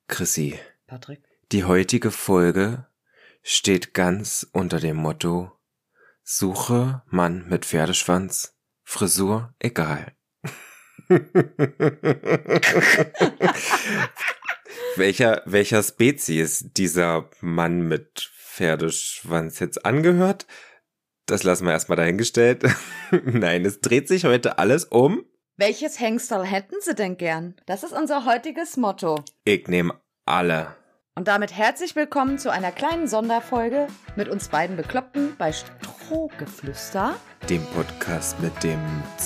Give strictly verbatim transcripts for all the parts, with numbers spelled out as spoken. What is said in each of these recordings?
Chrissy, Patrick? Die heutige Folge steht ganz unter dem Motto: Suche Mann mit Pferdeschwanz, Frisur egal. welcher, welcher Spezies dieser Mann mit Pferdeschwanz jetzt angehört, das lassen wir erstmal dahingestellt. Nein, es dreht sich heute alles um: Welches Hengstal hätten Sie denn gern? Das ist unser heutiges Motto. Ich nehme alle. Und damit herzlich willkommen zu einer kleinen Sonderfolge mit uns beiden Bekloppten bei Strohgeflüster. Dem Podcast mit dem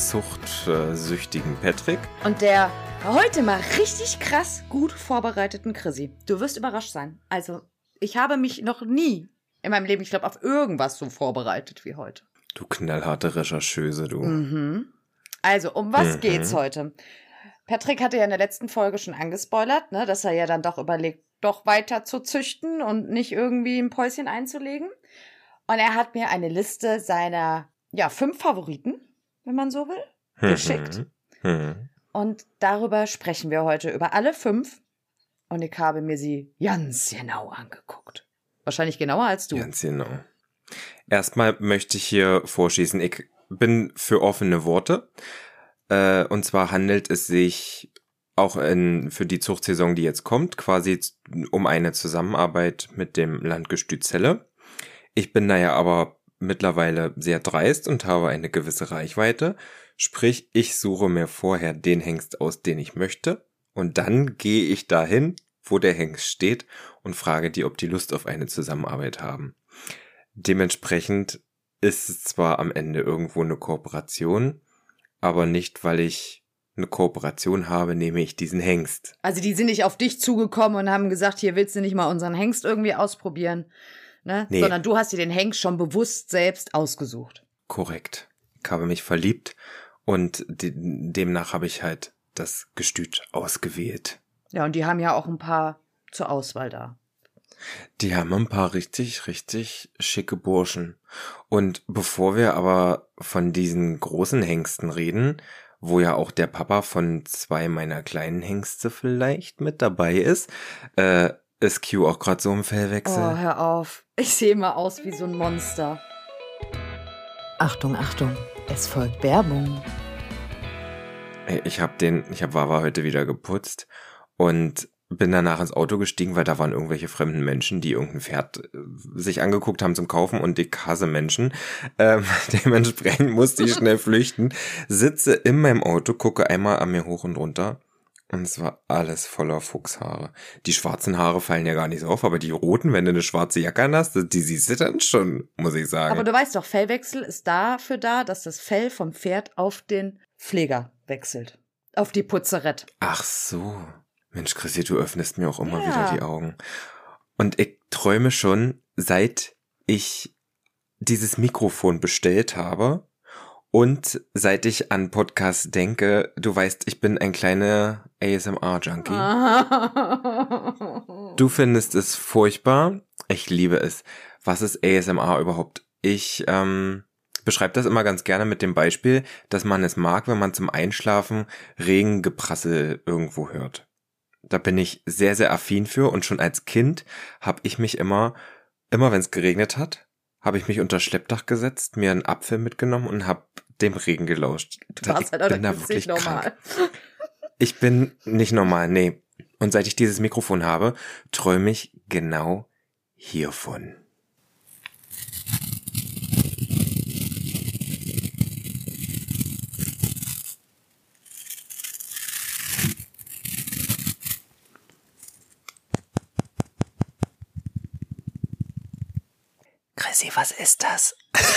zuchtsüchtigen Patrick. Und der heute mal richtig krass gut vorbereiteten Chrissy. Du wirst überrascht sein. Also, ich habe mich noch nie in meinem Leben, ich glaube, auf irgendwas so vorbereitet wie heute. Du knallharte Rechercheuse, du. Mhm. Also, um was Mhm. geht's heute? Patrick hatte ja in der letzten Folge schon angespoilert, ne, dass er ja dann doch überlegt, doch weiter zu züchten und nicht irgendwie ein Päuschen einzulegen. Und er hat mir eine Liste seiner, ja, fünf Favoriten, wenn man so will, Mhm. geschickt. Mhm. Und darüber sprechen wir heute, über alle fünf. Und ich habe mir sie ganz genau angeguckt. Wahrscheinlich genauer als du. Ganz genau. Erstmal möchte ich hier vorschießen, ich bin für offene Worte. Äh, und zwar handelt es sich auch in, für die Zuchtsaison, die jetzt kommt, quasi um eine Zusammenarbeit mit dem Landgestüt Celle. Ich bin daher aber mittlerweile sehr dreist und habe eine gewisse Reichweite. Sprich, ich suche mir vorher den Hengst aus, den ich möchte. Und dann gehe ich dahin, wo der Hengst steht, und frage die, ob die Lust auf eine Zusammenarbeit haben. Dementsprechend ist es zwar am Ende irgendwo eine Kooperation, aber nicht, weil ich eine Kooperation habe, nehme ich diesen Hengst. Also die sind nicht auf dich zugekommen und haben gesagt, hier willst du nicht mal unseren Hengst irgendwie ausprobieren, ne? Nee. Sondern du hast dir den Hengst schon bewusst selbst ausgesucht. Korrekt. Ich habe mich verliebt und de- demnach habe ich halt das Gestüt ausgewählt. Ja, und die haben ja auch ein paar zur Auswahl da. Die haben ein paar richtig, richtig schicke Burschen. Und bevor wir aber von diesen großen Hengsten reden, wo ja auch der Papa von zwei meiner kleinen Hengste vielleicht mit dabei ist, äh, ist Q auch gerade so im Fellwechsel. Oh, hör auf. Ich sehe mal aus wie so ein Monster. Achtung, Achtung. Es folgt Werbung. Ey, Ich hab den, ich hab Wawa heute wieder geputzt und bin danach ins Auto gestiegen, weil da waren irgendwelche fremden Menschen, die irgendein Pferd äh, sich angeguckt haben zum Kaufen, und ich hasse Menschen. Ähm, dementsprechend musste ich schnell flüchten. Sitze in meinem Auto, gucke einmal an mir hoch und runter, und es war alles voller Fuchshaare. Die schwarzen Haare fallen ja gar nicht so auf, aber die roten, wenn du eine schwarze Jacke an hast, die siehst du dann schon, muss ich sagen. Aber du weißt doch, Fellwechsel ist dafür da, dass das Fell vom Pferd auf den Pfleger wechselt. Auf die Putzerette. Ach so. Mensch, Chrissy, du öffnest mir auch immer Ja. wieder die Augen. Und ich träume schon, seit ich dieses Mikrofon bestellt habe und seit ich an Podcasts denke, du weißt, ich bin ein kleiner A S M R-Junkie. Du findest es furchtbar. Ich liebe es. Was ist A S M R überhaupt? Ich ähm, beschreibe das immer ganz gerne mit dem Beispiel, dass man es mag, wenn man zum Einschlafen Regengeprassel irgendwo hört. Da bin ich sehr, sehr affin für, und schon als Kind habe ich mich immer, immer wenn es geregnet hat, habe ich mich unter Schleppdach gesetzt, mir einen Apfel mitgenommen und habe dem Regen gelauscht. Du warst ich halt auch bin da nicht wirklich normal. krank. Ich bin nicht normal, nee. Und seit ich dieses Mikrofon habe, träume ich genau hiervon. Chrissy, was ist das?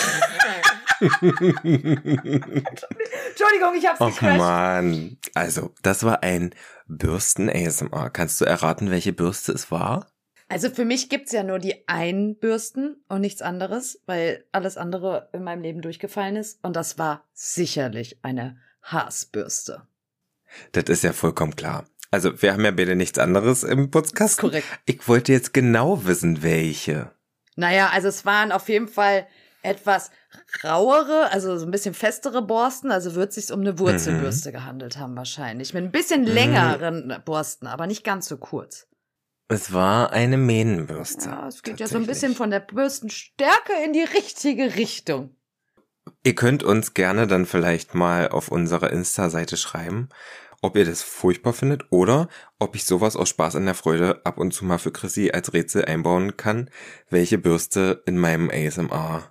Entschuldigung, ich hab's Och gecrashed. Mann. Also, das war ein Bürsten-A S M R. Kannst du erraten, welche Bürste es war? Also für mich gibt's ja nur die Einbürsten und nichts anderes, weil alles andere in meinem Leben durchgefallen ist. Und das war sicherlich eine Haasbürste. Das ist ja vollkommen klar. Also, wir haben ja bitte nichts anderes im Podcast. Korrekt. Ich wollte jetzt genau wissen, welche. Naja, also es waren auf jeden Fall etwas rauere, also so ein bisschen festere Borsten, also wird es sich um eine Wurzelbürste mhm. gehandelt haben wahrscheinlich. Mit ein bisschen längeren mhm. Borsten, aber nicht ganz so kurz. Es war eine Mähnenbürste. Ja, es geht ja so ein bisschen von der Bürstenstärke in die richtige Richtung. Ihr könnt uns gerne dann vielleicht mal auf unserer Insta-Seite schreiben, ob ihr das furchtbar findet oder ob ich sowas aus Spaß an der Freude ab und zu mal für Chrissy als Rätsel einbauen kann, welche Bürste in meinem A S M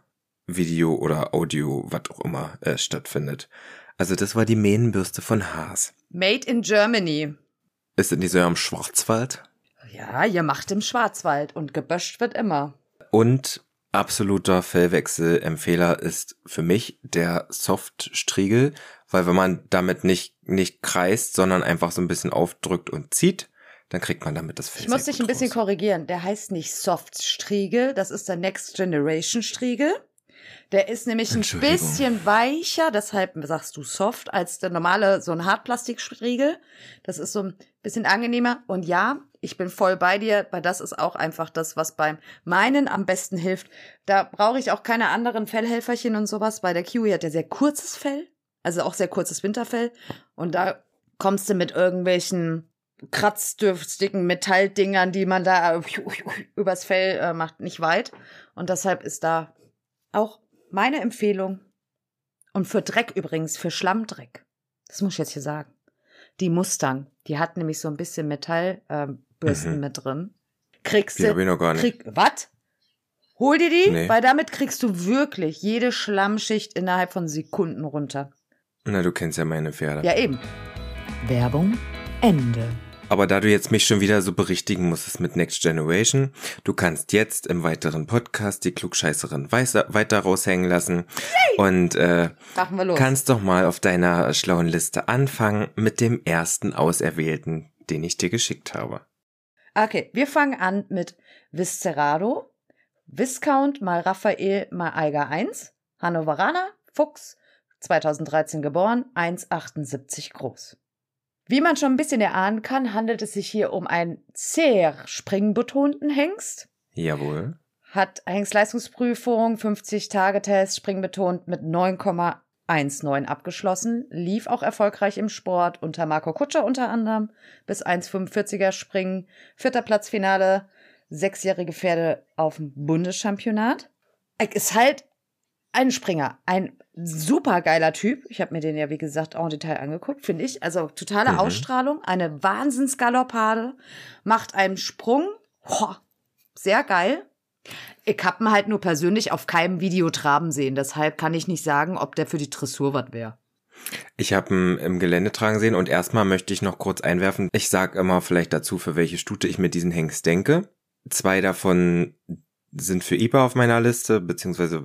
R-Video oder Audio, was auch immer, äh, stattfindet. Also das war die Mähnenbürste von Haas. Made in Germany. Ist die so am Schwarzwald? Ja, ihr macht im Schwarzwald und geböscht wird immer. Und absoluter Fellwechsel-Empfehler ist für mich der Soft-Striegel, weil wenn man damit nicht, nicht kreist, sondern einfach so ein bisschen aufdrückt und zieht, dann kriegt man damit das Fell. Ich muss dich ein bisschen raus. korrigieren. Der heißt nicht Soft-Striegel, das ist der Next Generation Striegel. Der ist nämlich ein bisschen weicher, deshalb sagst du soft, als der normale, so ein Hartplastikstriegel. Das ist so ein bisschen angenehmer. Und ja, ich bin voll bei dir, weil das ist auch einfach das, was beim Meinen am besten hilft. Da brauche ich auch keine anderen Fellhelferchen und sowas, weil der Kiwi hat ja sehr kurzes Fell, also auch sehr kurzes Winterfell. Und da kommst du mit irgendwelchen kratzdürftigen Metalldingern, die man da übers Fell äh, macht, nicht weit. Und deshalb ist da auch meine Empfehlung, und für Dreck übrigens, für Schlammdreck, das muss ich jetzt hier sagen, die Mustang, die hat nämlich so ein bisschen Metallbürsten äh, mhm. mit drin. Kriegst du. Die hab ich noch gar nicht. Krieg, was? Hol dir die, nee. Weil damit kriegst du wirklich jede Schlammschicht innerhalb von Sekunden runter. Na, du kennst ja meine Pferde. Ja, eben. Werbung, Ende. Aber da du jetzt mich schon wieder so berichtigen musstest mit Next Generation, du kannst jetzt im weiteren Podcast die Klugscheißerin weiter raushängen lassen. Yay! Und äh, Machen wir los. Kannst doch mal auf deiner schlauen Liste anfangen mit dem ersten Auserwählten, den ich dir geschickt habe. Okay, wir fangen an mit Viscerado, Viscount mal Raphael mal Eiger eins, Hannoveraner, Fuchs, zweitausenddreizehn geboren, eins Komma achtundsiebzig groß. Wie man schon ein bisschen erahnen kann, handelt es sich hier um einen sehr springbetonten Hengst. Jawohl. Hat Hengstleistungsprüfung, fünfzig-Tage-Test, springbetont mit neun Komma neunzehn abgeschlossen. Lief auch erfolgreich im Sport, unter Marco Kutscher unter anderem, bis eins Komma fünfundvierziger Springen. Vierter Platzfinale, sechsjährige Pferde auf dem Bundeschampionat. Ist halt ein Springer, ein super geiler Typ. Ich habe mir den ja, wie gesagt, auch im Detail angeguckt, finde ich. Also totale mhm. Ausstrahlung, eine Wahnsinnsgaloppade, macht einen Sprung. Boah, sehr geil. Ich habe ihn halt nur persönlich auf keinem Video traben sehen. Deshalb kann ich nicht sagen, ob der für die Dressur was wäre. Ich habe ihn im Gelände tragen sehen und erstmal möchte ich noch kurz einwerfen. Ich sage immer vielleicht dazu, für welche Stute ich mit diesen Hengst denke. Zwei davon sind für I P A auf meiner Liste, beziehungsweise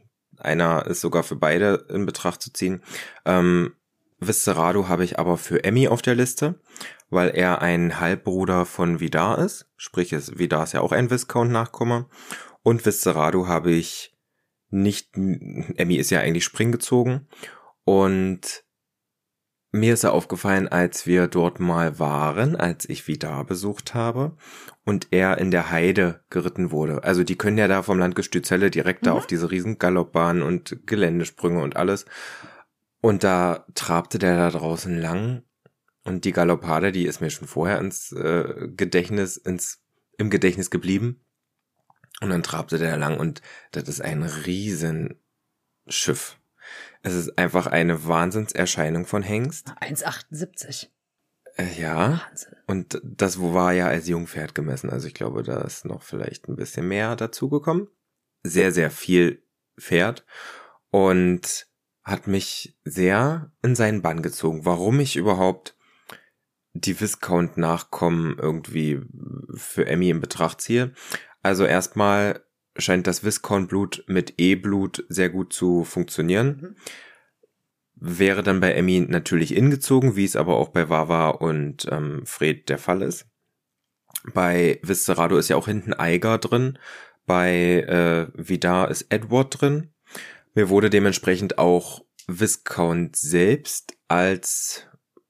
einer ist sogar für beide in Betracht zu ziehen. Ähm, Viscerado habe ich aber für Emmy auf der Liste, weil er ein Halbbruder von Vidar ist. Sprich, ist, Vidar ist ja auch ein Viscount-Nachkomme. Und Viscerado habe ich nicht, Emmy ist ja eigentlich springgezogen. Und mir ist er aufgefallen, als wir dort mal waren, als ich Vidar besucht habe und er in der Heide geritten wurde. Also die können ja da vom Landgestüt Celle direkt mhm. da auf diese riesen Galoppbahn und Geländesprünge und alles. Und da trabte der da draußen lang und die Galoppade, die ist mir schon vorher ins äh, Gedächtnis, ins im Gedächtnis geblieben. Und dann trabte der lang und das ist ein Riesenschiff. Es ist einfach eine Wahnsinnserscheinung von Hengst. eins Komma achtundsiebzig. Äh, ja. Wahnsinn. Und das war ja als Jungpferd gemessen. Also ich glaube, da ist noch vielleicht ein bisschen mehr dazugekommen. Sehr, sehr viel Pferd. Und hat mich sehr in seinen Bann gezogen. Warum ich überhaupt die Viscount-Nachkommen irgendwie für Emmy in Betracht ziehe. Also erstmal scheint das Viscount-Blut mit E-Blut sehr gut zu funktionieren. Mhm. Wäre dann bei Emmy natürlich ingezogen, wie es aber auch bei Wawa und ähm, Fred der Fall ist. Bei Viscerado ist ja auch hinten Eiger drin. Bei äh, Vidar ist Edward drin. Mir wurde dementsprechend auch Viscount selbst als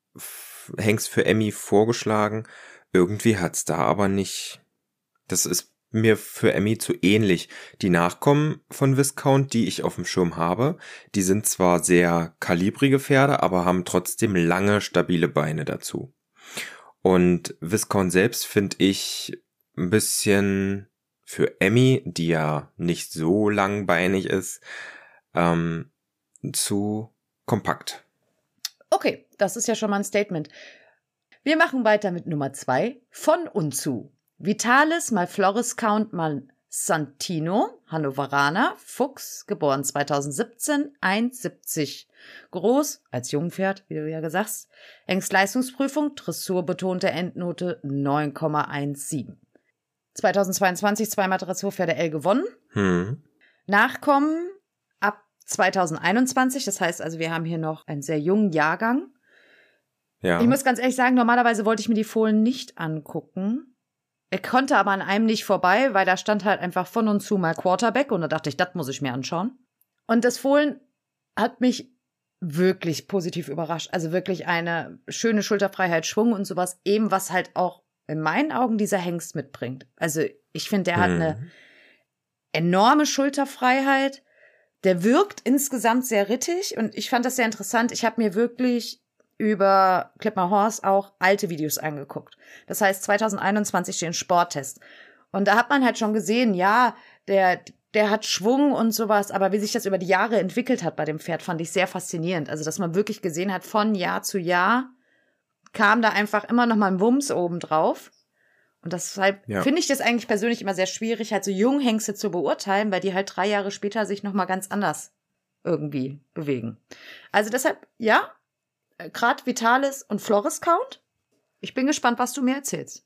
Hengst für Emmy vorgeschlagen. Irgendwie hat's da aber nicht. Das ist mir für Emmy zu ähnlich. Die Nachkommen von Viscount, die ich auf dem Schirm habe, die sind zwar sehr kalibrige Pferde, aber haben trotzdem lange, stabile Beine dazu. Und Viscount selbst finde ich ein bisschen für Emmy, die ja nicht so langbeinig ist, ähm, zu kompakt. Okay, das ist ja schon mal ein Statement. Wir machen weiter mit Nummer zwei. Von und zu. Vitalis mal Floriscount mal Santino, Hannoveraner, Fuchs, geboren zweitausendsiebzehn, eins Komma siebzig groß, als Jungpferd, wie du ja gesagt hast. Hengstleistungsprüfung, dressurbetonte Endnote neun Komma siebzehn. zweitausendzweiundzwanzig zweimal Dressurpferde L gewonnen. Hm. Nachkommen ab zweitausendeinundzwanzig, das heißt also, wir haben hier noch einen sehr jungen Jahrgang. Ja. Ich muss ganz ehrlich sagen, normalerweise wollte ich mir die Fohlen nicht angucken. Er konnte aber an einem nicht vorbei, weil da stand halt einfach von und zu mal Quarterback und da dachte ich, das muss ich mir anschauen. Und das Fohlen hat mich wirklich positiv überrascht. Also wirklich eine schöne Schulterfreiheit, Schwung und sowas, eben was halt auch in meinen Augen dieser Hengst mitbringt. Also ich finde, der hat hm. eine enorme Schulterfreiheit. Der wirkt insgesamt sehr rittig und ich fand das sehr interessant. Ich habe mir wirklich über Clip My Horse auch alte Videos angeguckt. Das heißt, zweitausendeinundzwanzig stehen Sporttest. Und da hat man halt schon gesehen, ja, der, der hat Schwung und sowas, aber wie sich das über die Jahre entwickelt hat bei dem Pferd, fand ich sehr faszinierend. Also, dass man wirklich gesehen hat, von Jahr zu Jahr kam da einfach immer noch mal ein Wumms oben drauf. Und deshalb ja. finde ich das eigentlich persönlich immer sehr schwierig, halt so Junghengste zu beurteilen, weil die halt drei Jahre später sich noch mal ganz anders irgendwie bewegen. Also deshalb, ja, gerade Vitalis und Floriscount. Ich bin gespannt, was du mir erzählst.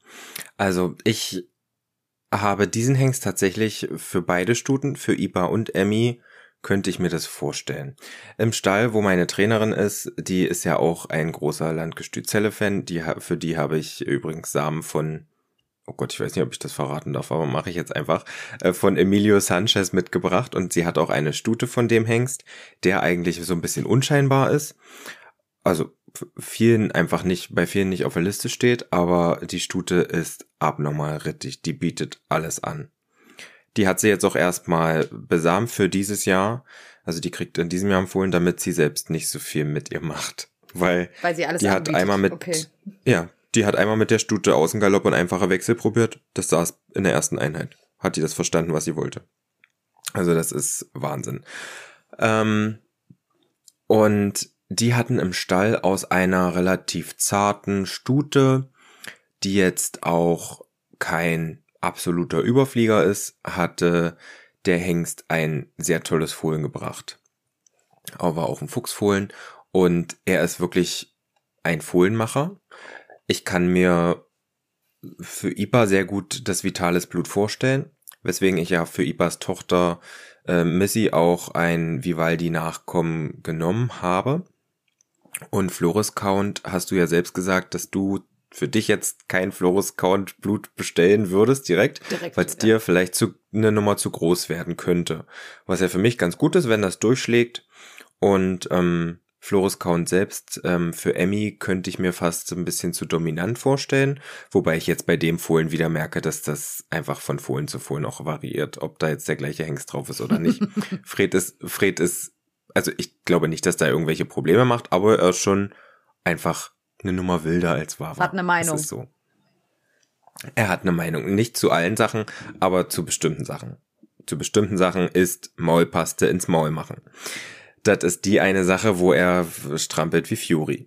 Also ich habe diesen Hengst tatsächlich für beide Stuten, für Iba und Emmy, könnte ich mir das vorstellen. Im Stall, wo meine Trainerin ist, die ist ja auch ein großer Landgestüt-Zelle-Fan. Die, für die habe ich übrigens Samen von, oh Gott, ich weiß nicht, ob ich das verraten darf, aber mache ich jetzt einfach, von Emilio Sanchez mitgebracht. Und sie hat auch eine Stute von dem Hengst, der eigentlich so ein bisschen unscheinbar ist. Also vielen einfach nicht, bei vielen nicht auf der Liste steht, aber die Stute ist abnormal rittig, die bietet alles an. Die hat sie jetzt auch erstmal besamt für dieses Jahr, also die kriegt in diesem Jahr empfohlen, damit sie selbst nicht so viel mit ihr macht, weil, weil sie alles die anbietet. hat einmal mit, okay. ja, die hat einmal mit der Stute Außengalopp und einfacher Wechsel probiert, das saß in der ersten Einheit, hat die das verstanden, was sie wollte. Also das ist Wahnsinn. Ähm, und die hatten im Stall aus einer relativ zarten Stute, die jetzt auch kein absoluter Überflieger ist, hatte der Hengst ein sehr tolles Fohlen gebracht. Er war auch ein Fuchsfohlen und er ist wirklich ein Fohlenmacher. Ich kann mir für Iba sehr gut das Vitalis Blut vorstellen, weswegen ich ja für Ibas Tochter äh, Missy auch ein Vivaldi-Nachkommen genommen habe. Und Floriscount hast du ja selbst gesagt, dass du für dich jetzt kein Floriscount Blut bestellen würdest direkt, direkt weil es ja. dir vielleicht zu, eine Nummer zu groß werden könnte. Was ja für mich ganz gut ist, wenn das durchschlägt. Und ähm, Floriscount selbst ähm, für Emmy könnte ich mir fast ein bisschen zu dominant vorstellen, wobei ich jetzt bei dem Fohlen wieder merke, dass das einfach von Fohlen zu Fohlen auch variiert, ob da jetzt der gleiche Hengst drauf ist oder nicht. Fred ist, Fred ist Also ich glaube nicht, dass da irgendwelche Probleme macht, aber er ist schon einfach eine Nummer wilder als Wawa. Hat eine Meinung. Das ist so. Er hat eine Meinung. Nicht zu allen Sachen, aber zu bestimmten Sachen. Zu bestimmten Sachen ist Maulpaste ins Maul machen. Das ist die eine Sache, wo er strampelt wie Fury.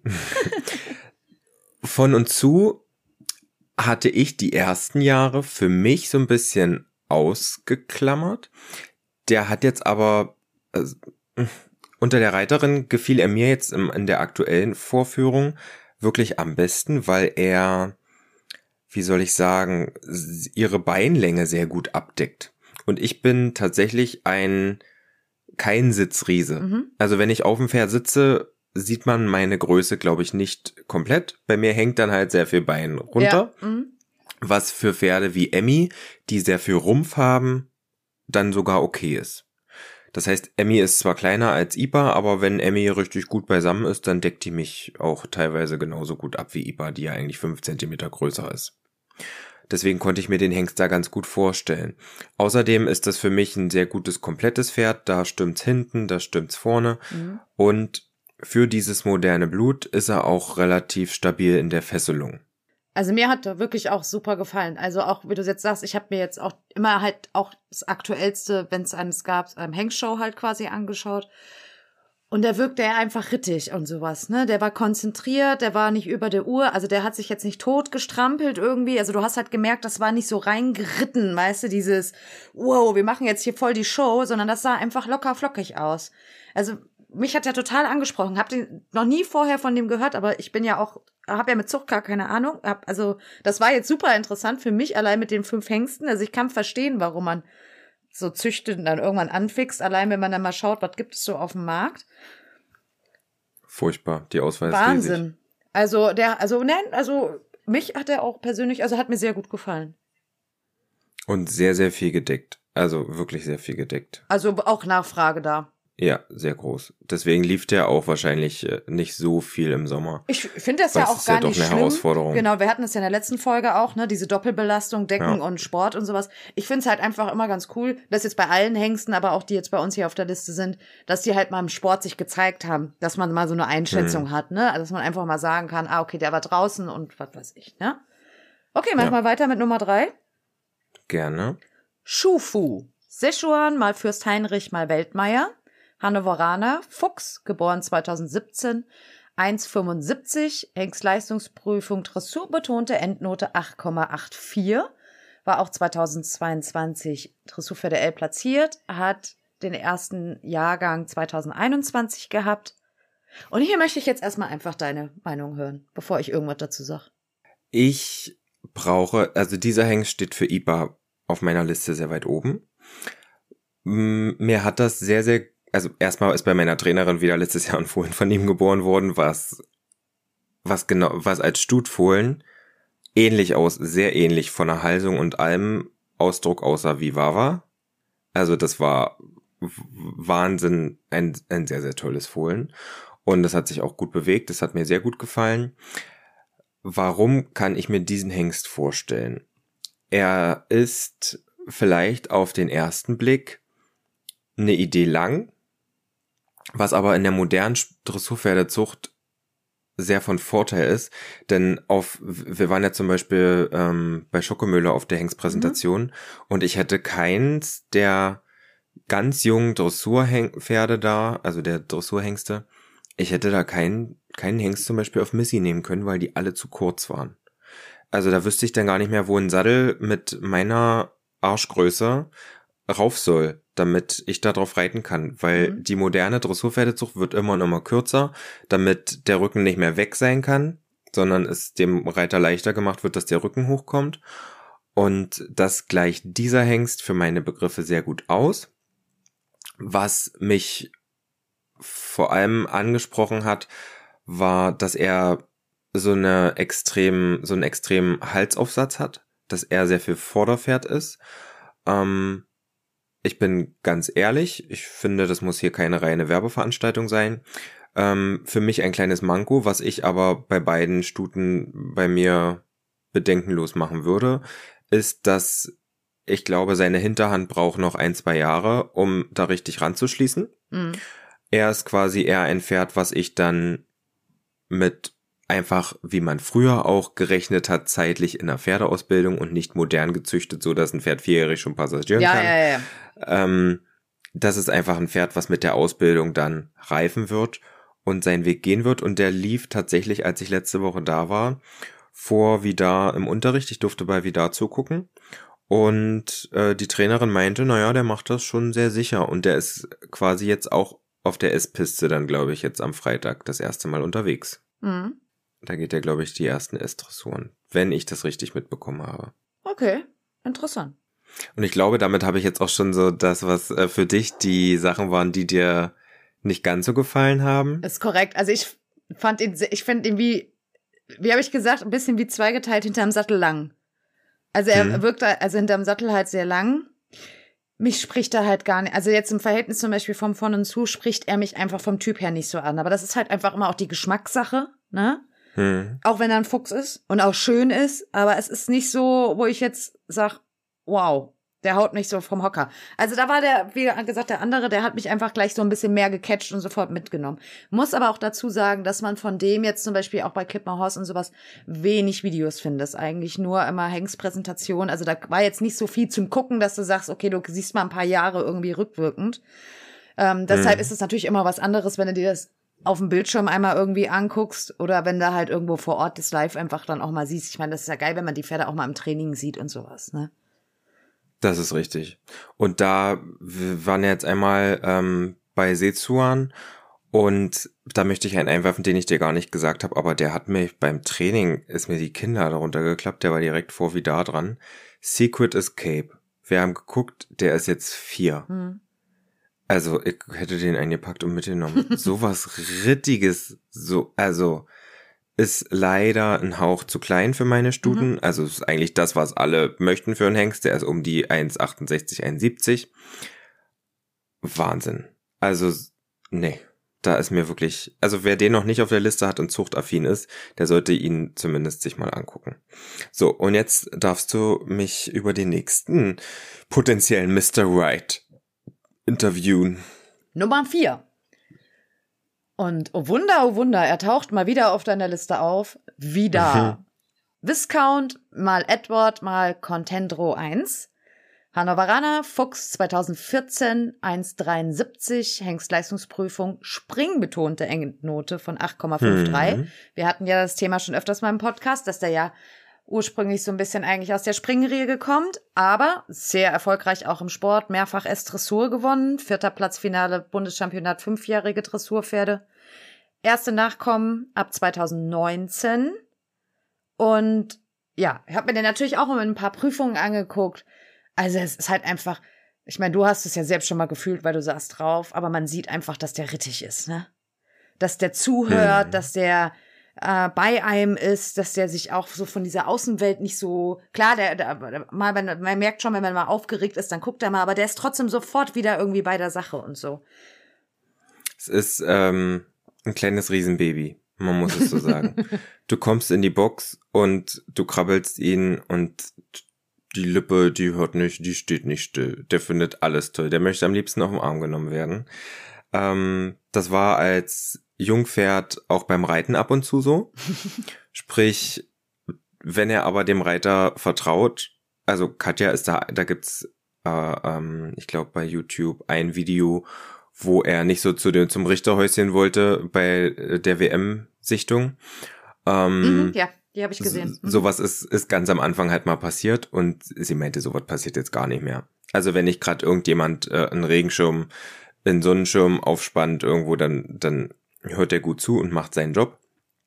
Von und zu hatte ich die ersten Jahre für mich so ein bisschen ausgeklammert. Der hat jetzt aber... Also, unter der Reiterin gefiel er mir jetzt in der aktuellen Vorführung wirklich am besten, weil er, wie soll ich sagen, ihre Beinlänge sehr gut abdeckt. Und ich bin tatsächlich ein kein Sitzriese. Mhm. Also wenn ich auf dem Pferd sitze, sieht man meine Größe, glaube ich, nicht komplett. Bei mir hängt dann halt sehr viel Bein runter. Ja. Mhm. Was für Pferde wie Emmy, die sehr viel Rumpf haben, dann sogar okay ist. Das heißt, Emmy ist zwar kleiner als Iba, aber wenn Emmy richtig gut beisammen ist, dann deckt die mich auch teilweise genauso gut ab wie Iba, die ja eigentlich fünf Zentimeter größer ist. Deswegen konnte ich mir den Hengst da ganz gut vorstellen. Außerdem ist das für mich ein sehr gutes, komplettes Pferd. Da stimmt's hinten, da stimmt's vorne. Mhm. Und für dieses moderne Blut ist er auch relativ stabil in der Fesselung. Also mir hat er wirklich auch super gefallen. Also auch, wie du jetzt sagst, ich habe mir jetzt auch immer halt auch das Aktuellste, wenn es eines gab, ähm, Hengst-Show halt quasi angeschaut. Und der wirkte ja einfach rittig und sowas, ne? Der war konzentriert, der war nicht über der Uhr, also der hat sich jetzt nicht tot gestrampelt irgendwie. Also du hast halt gemerkt, das war nicht so reingeritten, weißt du, dieses, wow, wir machen jetzt hier voll die Show, sondern das sah einfach locker flockig aus. Also mich hat er total angesprochen. Hab den noch nie vorher von dem gehört, aber ich bin ja auch, habe ja mit Zucht gar keine Ahnung. Hab, also das war jetzt super interessant für mich, allein mit den fünf Hengsten. Also ich kann verstehen, warum man so züchtet und dann irgendwann anfixt, allein wenn man dann mal schaut, was gibt es so auf dem Markt. Furchtbar, die Auswahl ist Wahnsinn. riesig. Also der, also nein, also mich hat er auch persönlich, also hat mir sehr gut gefallen. Und sehr, sehr viel gedeckt. Also wirklich sehr viel gedeckt. Also auch Nachfrage da. Ja, sehr groß. Deswegen lief der auch wahrscheinlich äh, nicht so viel im Sommer. Ich finde das ja auch ist gar ja doch nicht eine schlimm. Herausforderung. Genau, wir hatten es ja in der letzten Folge auch, ne, diese Doppelbelastung, Decken Ja. und Sport und sowas. Ich finde es halt einfach immer ganz cool, dass jetzt bei allen Hengsten, aber auch die jetzt bei uns hier auf der Liste sind, dass die halt mal im Sport sich gezeigt haben, dass man mal so eine Einschätzung Hm. hat, ne, also, dass man einfach mal sagen kann, ah, okay, der war draußen und was weiß ich, ne. Okay, mach Ja. mal weiter mit Nummer drei. Gerne. Schufu. Sichuan, mal Fürst Heinrich, mal Weltmeier. Hannoveraner, Fuchs, geboren zweitausendsiebzehn, eins Komma fünfundsiebzig, Hengstleistungsprüfung Dressur, betonte Endnote acht Komma vierundachtzig, war auch zweitausendzweiundzwanzig Dressurpferde L platziert, hat den ersten Jahrgang zweitausendeinundzwanzig gehabt. Und hier möchte ich jetzt erstmal einfach deine Meinung hören, bevor ich irgendwas dazu sage. Ich brauche, also dieser Hengst steht für I B A auf meiner Liste sehr weit oben. Mm, Mir hat das sehr, sehr, also erstmal ist bei meiner Trainerin wieder letztes Jahr ein Fohlen von ihm geboren worden, was, was genau, was als Stutfohlen ähnlich aus, sehr ähnlich von der Halsung und allem Ausdruck aussah wie Wawa. Also das war w- Wahnsinn, ein, ein sehr, sehr tolles Fohlen. Und das hat sich auch gut bewegt, das hat mir sehr gut gefallen. Warum kann ich mir diesen Hengst vorstellen? Er ist vielleicht auf den ersten Blick eine Idee lang, was aber in der modernen Dressurpferdezucht sehr von Vorteil ist, denn auf, wir waren ja zum Beispiel ähm, bei Schockemöller auf der Hengstpräsentation mhm. und ich hätte keins der ganz jungen Dressurpferde da, also der Dressurhengste, ich hätte da keinen keinen Hengst zum Beispiel auf Missy nehmen können, weil die alle zu kurz waren. Also da wüsste ich dann gar nicht mehr, wo ein Sattel mit meiner Arschgröße rauf soll, damit ich da drauf reiten kann, weil mhm. die moderne Dressurpferdezucht wird immer und immer kürzer, damit der Rücken nicht mehr weg sein kann, sondern es dem Reiter leichter gemacht wird, dass der Rücken hochkommt. Und das gleicht dieser Hengst für meine Begriffe sehr gut aus. Was mich vor allem angesprochen hat, war, dass er so eine extrem, so einen extremen Halsaufsatz hat, dass er sehr viel Vorderpferd ist. Ähm, ich bin ganz ehrlich, ich finde, das muss hier keine reine Werbeveranstaltung sein. Ähm, für mich ein kleines Manko, was ich aber bei beiden Stuten bei mir bedenkenlos machen würde, ist, dass ich glaube, seine Hinterhand braucht noch ein, zwei Jahre, um da richtig ranzuschließen. Mhm. Er ist quasi eher ein Pferd, was ich dann mit einfach, wie man früher auch gerechnet hat, zeitlich in der Pferdeausbildung und nicht modern gezüchtet, so dass ein Pferd vierjährig schon passagieren ja, kann. Ja, ja, ja. Ähm, das ist einfach ein Pferd, was mit der Ausbildung dann reifen wird und seinen Weg gehen wird. Und der lief tatsächlich, als ich letzte Woche da war, vor Vidar im Unterricht. Ich durfte bei Vidar zugucken. Und äh, die Trainerin meinte, naja, der macht das schon sehr sicher. Und der ist quasi jetzt auch auf der S-Piste dann, glaube ich, jetzt am Freitag das erste Mal unterwegs. Mhm. Da geht ja, glaube ich, die ersten S-Dressuren, wenn ich das richtig mitbekommen habe. Okay, interessant. Und ich glaube, damit habe ich jetzt auch schon so das, was äh, für dich die Sachen waren, die dir nicht ganz so gefallen haben. Ist korrekt. Also ich fand ihn, ich finde ihn wie, wie habe ich gesagt, ein bisschen wie zweigeteilt hinterm Sattel lang. Also er hm. wirkt also hinterm Sattel halt sehr lang. Mich spricht er halt gar nicht, also jetzt im Verhältnis zum Beispiel vom Von und Zu spricht er mich einfach vom Typ her nicht so an. Aber das ist halt einfach immer auch die Geschmackssache, ne? Hm. Auch wenn er ein Fuchs ist und auch schön ist, aber es ist nicht so, wo ich jetzt sag, wow, Der haut mich so vom Hocker. Also da war der, wie gesagt, der andere, der hat mich einfach gleich so ein bisschen mehr gecatcht und sofort mitgenommen. Muss aber auch dazu sagen, dass man von dem jetzt zum Beispiel auch bei Clip My Horse und sowas wenig Videos findest. Eigentlich nur immer Hanks Präsentation. Also da war jetzt nicht so viel zum Gucken, dass du sagst, okay, du siehst mal ein paar Jahre irgendwie rückwirkend. Ähm, deshalb mhm. ist es natürlich immer was anderes, wenn du dir das auf dem Bildschirm einmal irgendwie anguckst oder wenn du halt irgendwo vor Ort das live einfach dann auch mal siehst. Ich meine, das ist ja geil, wenn man die Pferde auch mal im Training sieht und sowas, ne? Das ist richtig. Und da, wir waren jetzt einmal ähm, bei Sezuan und da möchte ich einen einwerfen, den ich dir gar nicht gesagt habe, aber der hat mir beim Training, ist mir die Kinder darunter geklappt, der war direkt vor wie da dran. Secret Escape. Wir haben geguckt, der ist jetzt vier. Hm. Also ich hätte den eingepackt und mitgenommen. Sowas Rittiges, so, also ist leider ein Hauch zu klein für meine Stuten. Mhm. Also ist eigentlich das, was alle möchten für einen Hengst. Der ist um die eins Komma achtundsechzig, eins Komma siebzig. Wahnsinn. Also, nee. Da ist mir wirklich, also wer den noch nicht auf der Liste hat und zuchtaffin ist, der sollte ihn zumindest sich mal angucken. So, und jetzt darfst du mich über den nächsten potenziellen Mister Right interviewen. Nummer vier. Und oh Wunder, oh Wunder, er taucht mal wieder auf deiner Liste auf. Wieder. Mhm. Viscount, mal Edward, mal Contendro eins. Hannoveraner, Fuchs zweitausendvierzehn, eins Komma dreiundsiebzig, Hengstleistungsprüfung, springbetonte Endnote von acht Komma dreiundfünfzig. Mhm. Wir hatten ja das Thema schon öfters mal im Podcast, dass der ja ursprünglich so ein bisschen eigentlich aus der Springriege kommt, aber sehr erfolgreich auch im Sport, mehrfach S-Dressur gewonnen, vierter Platz Finale Bundeschampionat fünfjährige Dressurpferde, erste Nachkommen ab zweitausendneunzehn und ja, ich habe mir den natürlich auch mal ein paar Prüfungen angeguckt, also es ist halt einfach, ich meine, du hast es ja selbst schon mal gefühlt, weil du saßt drauf, aber man sieht einfach, dass der rittig ist, ne? Dass der zuhört, mhm. dass der Äh, bei einem ist, dass der sich auch so von dieser Außenwelt nicht so, klar, der, der mal, wenn, man merkt schon, wenn man mal aufgeregt ist, dann guckt er mal, aber der ist trotzdem sofort wieder irgendwie bei der Sache und so. Es ist ähm, ein kleines Riesenbaby, man muss es so sagen. Du kommst in die Box und du krabbelst ihn und die Lippe, die hört nicht, die steht nicht still. Der findet alles toll, der möchte am liebsten auf den Arm genommen werden. Ähm, das war als Jungpferd auch beim Reiten ab und zu so. Sprich, wenn er aber dem Reiter vertraut, also Katja ist da, da gibt's, äh, ähm, ich glaube bei YouTube ein Video, wo er nicht so zu dem, zum Richterhäuschen wollte bei der W M-Sichtung. Ähm, mhm, ja, die habe ich gesehen. Mhm. Sowas ist, ist ganz am Anfang halt mal passiert und sie meinte, sowas passiert jetzt gar nicht mehr. Also wenn nicht gerade irgendjemand äh, einen Regenschirm, einen Sonnenschirm aufspannt irgendwo, dann, dann hört er gut zu und macht seinen Job.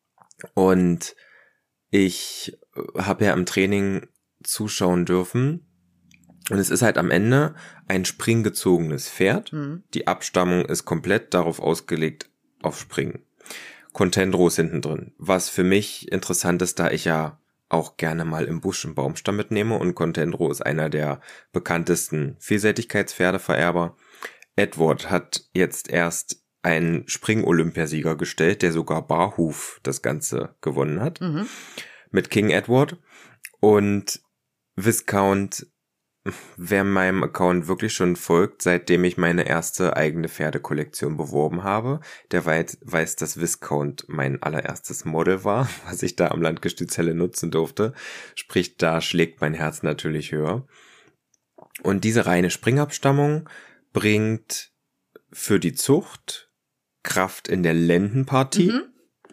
Und ich habe ja im Training zuschauen dürfen. Und es ist halt am Ende ein springgezogenes Pferd. Mhm. Die Abstammung ist komplett darauf ausgelegt, auf Springen. Contendro ist hinten drin. Was für mich interessant ist, da ich ja auch gerne mal im Busch einen Baumstamm mitnehme. Und Contendro ist einer der bekanntesten Vielseitigkeitspferdevererber. Edward hat jetzt erst einen Spring-Olympiasieger gestellt, der sogar barhuf das Ganze gewonnen hat. Mhm. Mit King Edward. Und Viscount, wer meinem Account wirklich schon folgt, seitdem ich meine erste eigene Pferdekollektion beworben habe, der weiß, weiß, dass Viscount mein allererstes Model war, was ich da am Landgestützhelle nutzen durfte. Sprich, da schlägt mein Herz natürlich höher. Und diese reine Springabstammung bringt für die Zucht Kraft in der Lendenpartie, mhm.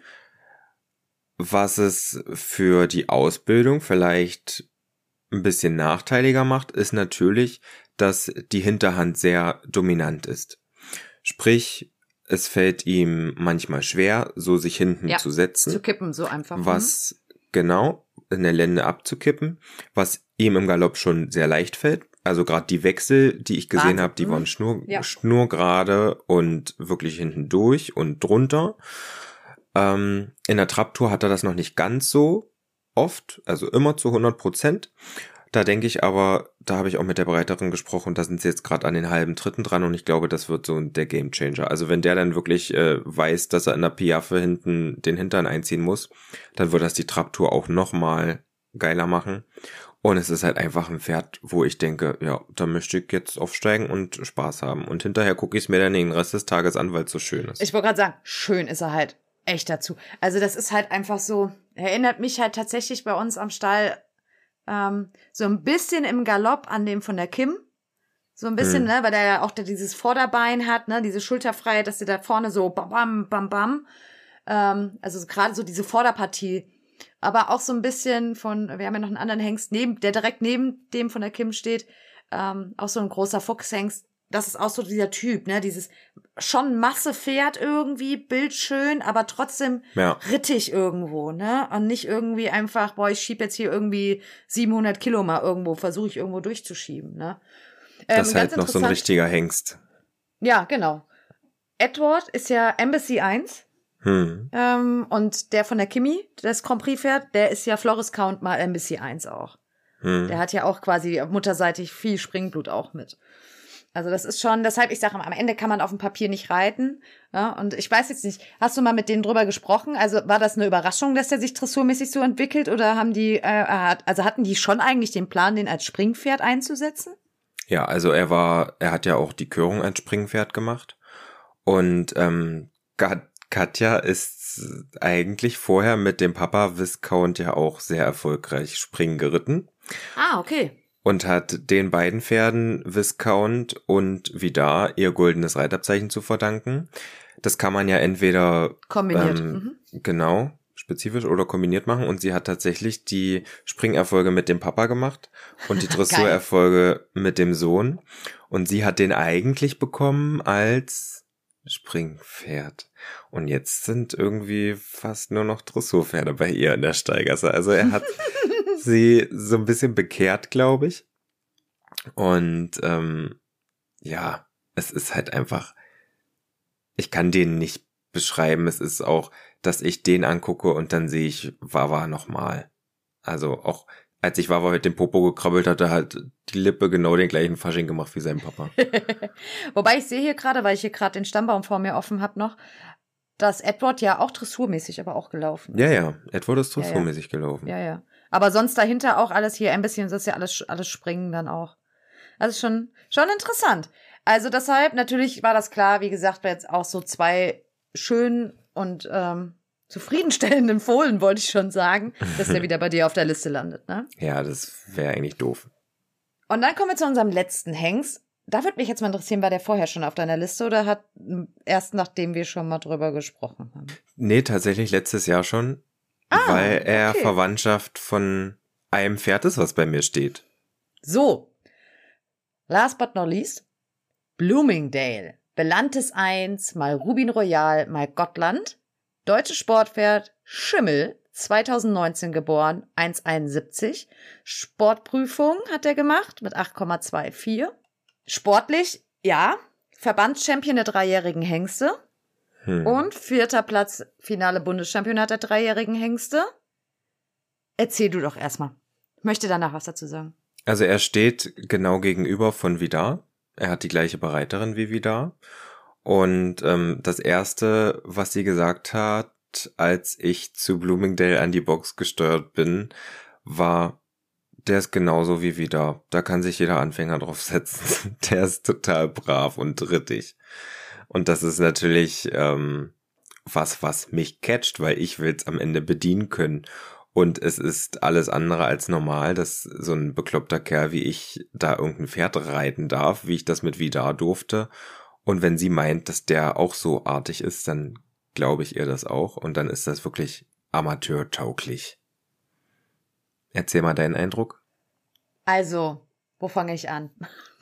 was es für die Ausbildung vielleicht ein bisschen nachteiliger macht, ist natürlich, dass die Hinterhand sehr dominant ist. Sprich, es fällt ihm manchmal schwer, so sich hinten ja, zu setzen. Zu kippen, so einfach. Was, mhm. genau, in der Lende abzukippen, was ihm im Galopp schon sehr leicht fällt. Also gerade die Wechsel, die ich gesehen habe, die waren schnur, ja. schnurgerade und wirklich hinten durch und drunter. Ähm, in der Trabtour hat er das noch nicht ganz so oft, also immer zu hundert Prozent. Da denke ich aber, da habe ich auch mit der Bereiterin gesprochen, da sind sie jetzt gerade an den halben Dritten dran und ich glaube, das wird so der Gamechanger. Also wenn der dann wirklich äh, weiß, dass er in der Piaffe hinten den Hintern einziehen muss, dann wird das die Trabtour auch nochmal geiler machen. Und es ist halt einfach ein Pferd, wo ich denke, ja, da möchte ich jetzt aufsteigen und Spaß haben. Und hinterher gucke ich es mir dann den Rest des Tages an, weil es so schön ist. Ich wollte gerade sagen, schön ist er halt echt dazu. Also das ist halt einfach so, erinnert mich halt tatsächlich bei uns am Stall ähm, so ein bisschen im Galopp an dem von der Kim. So ein bisschen, hm. ne, weil der ja auch da dieses Vorderbein hat, ne, diese Schulterfreiheit, dass der da vorne so bam, bam, bam, bam. Ähm, also gerade so diese Vorderpartie. Aber auch so ein bisschen von, wir haben ja noch einen anderen Hengst, neben, der direkt neben dem von der Kim steht, ähm, auch so ein großer Fuchshengst. Das ist auch so dieser Typ, ne, dieses schon Massepferd irgendwie, bildschön, aber trotzdem ja. rittig irgendwo, ne, und nicht irgendwie einfach, boah, ich schieb jetzt hier irgendwie siebenhundert Kilo mal irgendwo, versuche ich irgendwo durchzuschieben, ne. Ähm, das ist halt noch so ein richtiger Hengst. Ja, genau. Edward ist ja Embassy eins. Hm. Ähm, und der von der Kimi, das Grand Prix-Pferd, der ist ja Floris Count mal Embassy eins auch. Hm. Der hat ja auch quasi mutterseitig viel Springblut auch mit. Also das ist schon, deshalb, ich sage, am Ende kann man auf dem Papier nicht reiten. Ja, und ich weiß jetzt nicht, hast du mal mit denen drüber gesprochen? Also war das eine Überraschung, dass der sich dressurmäßig so entwickelt? Oder haben die, äh, also hatten die schon eigentlich den Plan, den als Springpferd einzusetzen? Ja, also er war, er hat ja auch die Körung als Springpferd gemacht. Und ähm, Katja ist eigentlich vorher mit dem Papa Viscount ja auch sehr erfolgreich Springen geritten. Ah, okay. Und hat den beiden Pferden Viscount und Vidar ihr goldenes Reitabzeichen zu verdanken. Das kann man ja entweder kombiniert, ähm, mhm. genau, spezifisch oder kombiniert machen. Und sie hat tatsächlich die Springerfolge mit dem Papa gemacht und die Dressurerfolge mit dem Sohn. Und sie hat den eigentlich bekommen als Springpferd. Und jetzt sind irgendwie fast nur noch Dressurpferde bei ihr in der Steigasse. Also er hat sie so ein bisschen bekehrt, glaube ich. Und ähm, ja, es ist halt einfach, ich kann den nicht beschreiben. Es ist auch, dass ich den angucke und dann sehe ich Wawa nochmal. Also auch als ich Wawa mit dem Popo gekrabbelt hatte, hat die Lippe genau den gleichen Fasching gemacht wie sein Papa. Wobei ich sehe hier gerade, weil ich hier gerade den Stammbaum vor mir offen habe noch, dass Edward ja auch dressurmäßig aber auch gelaufen ist. Ja, ja, Edward ist dressurmäßig ja, ja. gelaufen. Ja, ja. Aber sonst dahinter auch alles hier ein bisschen, das ist ja alles, alles Springen dann auch. Also schon, schon interessant. Also deshalb, natürlich war das klar, wie gesagt, war jetzt auch so zwei schön und ähm, zufriedenstellenden Fohlen, wollte ich schon sagen, dass der wieder bei dir auf der Liste landet, ne? Ja, das wäre eigentlich doof. Und dann kommen wir zu unserem letzten Hengst. Da würde mich jetzt mal interessieren, war der vorher schon auf deiner Liste oder hat erst nachdem wir schon mal drüber gesprochen haben? Nee, tatsächlich letztes Jahr schon, ah, weil er okay. Verwandtschaft von einem Pferd ist, was bei mir steht. So, last but not least, Bloomingdale. Belantes eins, mal Rubin Royal, mal Gottland. Deutsches Sportpferd, Schimmel, zweitausendneunzehn geboren, eins Komma einundsiebzig. Sportprüfung hat er gemacht mit acht Komma vierundzwanzig. Sportlich, ja, Verbandschampion der dreijährigen Hengste. Hm. Und vierter Platz, Finale Bundeschampionat der dreijährigen Hengste. Erzähl du doch erstmal. Ich möchte danach was dazu sagen. Also er steht genau gegenüber von Vidar. Er hat die gleiche Bereiterin wie Vidar. Und ähm, das Erste, was sie gesagt hat, als ich zu Bloomingdale an die Box gesteuert bin, war, der ist genauso wie Vidar. Da kann sich jeder Anfänger drauf setzen. Der ist total brav und rittig. Und das ist natürlich ähm, was, was mich catcht, weil ich will es am Ende bedienen können. Und es ist alles andere als normal, dass so ein bekloppter Kerl wie ich da irgendein Pferd reiten darf, wie ich das mit Vidar durfte. Und wenn sie meint, dass der auch so artig ist, dann glaube ich ihr das auch. Und dann ist das wirklich amateurtauglich. Erzähl mal deinen Eindruck. Also, wo fange ich an?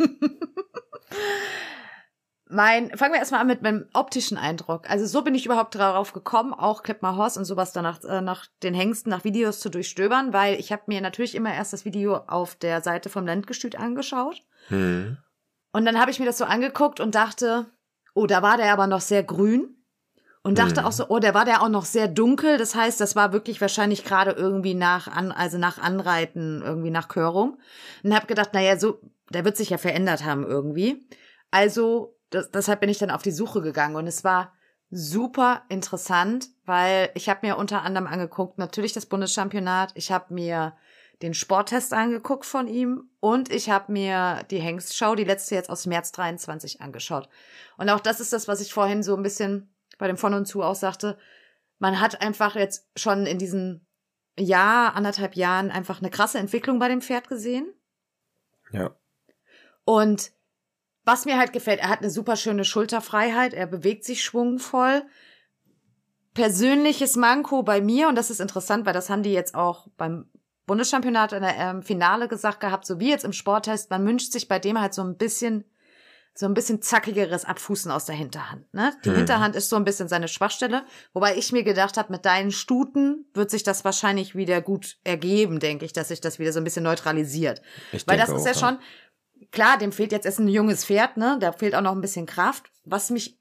mein, fangen wir erstmal an mit meinem optischen Eindruck. Also so bin ich überhaupt darauf gekommen, auch Klippmar Horst und sowas danach äh, nach den Hengsten, nach Videos zu durchstöbern, weil ich habe mir natürlich immer erst das Video auf der Seite vom Landgestüt angeschaut. Hm. Und dann habe ich mir das so angeguckt und dachte, oh, da war der aber noch sehr grün. Und dachte hm. auch so, oh, der war der auch noch sehr dunkel. Das heißt, das war wirklich wahrscheinlich gerade irgendwie nach an, also nach Anreiten, irgendwie nach Körung. Und habe gedacht, naja, so, der wird sich ja verändert haben irgendwie. Also, das, deshalb bin ich dann auf die Suche gegangen. Und es war super interessant, weil ich habe mir unter anderem angeguckt, natürlich das Bundeschampionat. Ich habe mir den Sporttest angeguckt von ihm und ich habe mir die Hengstschau, die letzte jetzt aus März dreiundzwanzig, angeschaut. Und auch das ist das, was ich vorhin so ein bisschen bei dem Von und Zu auch sagte. Man hat einfach jetzt schon in diesen Jahr, anderthalb Jahren einfach eine krasse Entwicklung bei dem Pferd gesehen. Ja. Und was mir halt gefällt, er hat eine super schöne Schulterfreiheit, er bewegt sich schwungvoll. Persönliches Manko bei mir, und das ist interessant, weil das haben die jetzt auch beim Bundeschampionat in der ähm, Finale gesagt gehabt, so wie jetzt im Sporttest, man wünscht sich bei dem halt so ein bisschen so ein bisschen zackigeres Abfußen aus der Hinterhand. Ne? Die hm. Hinterhand ist so ein bisschen seine Schwachstelle, wobei ich mir gedacht habe, mit deinen Stuten wird sich das wahrscheinlich wieder gut ergeben, denke ich, dass sich das wieder so ein bisschen neutralisiert. Ich Weil das ist auch, ja schon, klar, dem fehlt jetzt erst ein junges Pferd, ne? Da fehlt auch noch ein bisschen Kraft. Was mich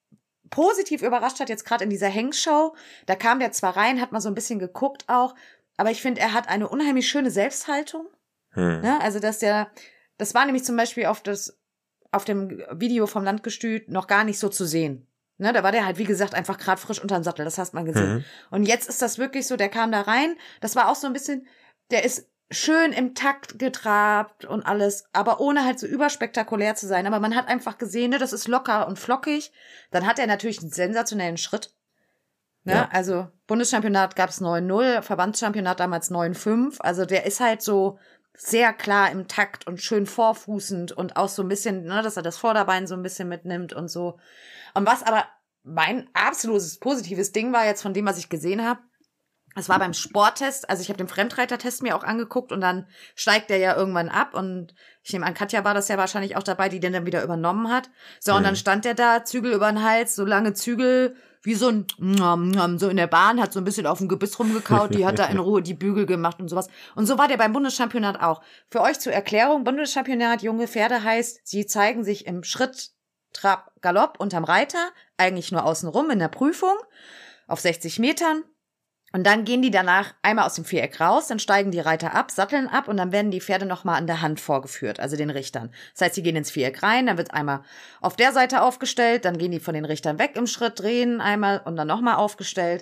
positiv überrascht hat, jetzt gerade in dieser Hengstschau, da kam der zwar rein, hat mal so ein bisschen geguckt auch, aber ich finde, er hat eine unheimlich schöne Selbsthaltung. Hm. Ne? Also, dass der, das war nämlich zum Beispiel auf das auf dem Video vom Landgestüt noch gar nicht so zu sehen. Ne, da war der halt, wie gesagt, einfach gerade frisch unterm Sattel, das hast man gesehen. Mhm. Und jetzt ist das wirklich so, der kam da rein, das war auch so ein bisschen, der ist schön im Takt getrabt und alles, aber ohne halt so überspektakulär zu sein. Aber man hat einfach gesehen, ne, das ist locker und flockig. Dann hat er natürlich einen sensationellen Schritt. Ne? Ja. Also Bundeschampionat gab's neun null, Verbandschampionat damals neun fünf. Also der ist halt so sehr klar im Takt und schön vorfußend und auch so ein bisschen, ne, dass er das Vorderbein so ein bisschen mitnimmt und so. Und was aber mein absolutes positives Ding war jetzt von dem, was ich gesehen habe, es war beim Sporttest, also ich habe den Fremdreitertest mir auch angeguckt und dann steigt der ja irgendwann ab und ich nehme an, Katja war das ja wahrscheinlich auch dabei, die den dann wieder übernommen hat. So, mhm. und dann stand der da, Zügel über den Hals, so lange Zügel, wie so ein, so in der Bahn, hat so ein bisschen auf dem Gebiss rumgekaut, die hat da in Ruhe die Bügel gemacht und sowas. Und so war der beim Bundeschampionat auch. Für euch zur Erklärung, Bundeschampionat junge Pferde heißt, sie zeigen sich im Schritt, Trab, Galopp unterm Reiter, eigentlich nur außenrum in der Prüfung, auf sechzig Metern. Und dann gehen die danach einmal aus dem Viereck raus, dann steigen die Reiter ab, satteln ab und dann werden die Pferde nochmal an der Hand vorgeführt, also den Richtern. Das heißt, sie gehen ins Viereck rein, dann wird einmal auf der Seite aufgestellt, dann gehen die von den Richtern weg im Schritt, drehen einmal und dann nochmal aufgestellt.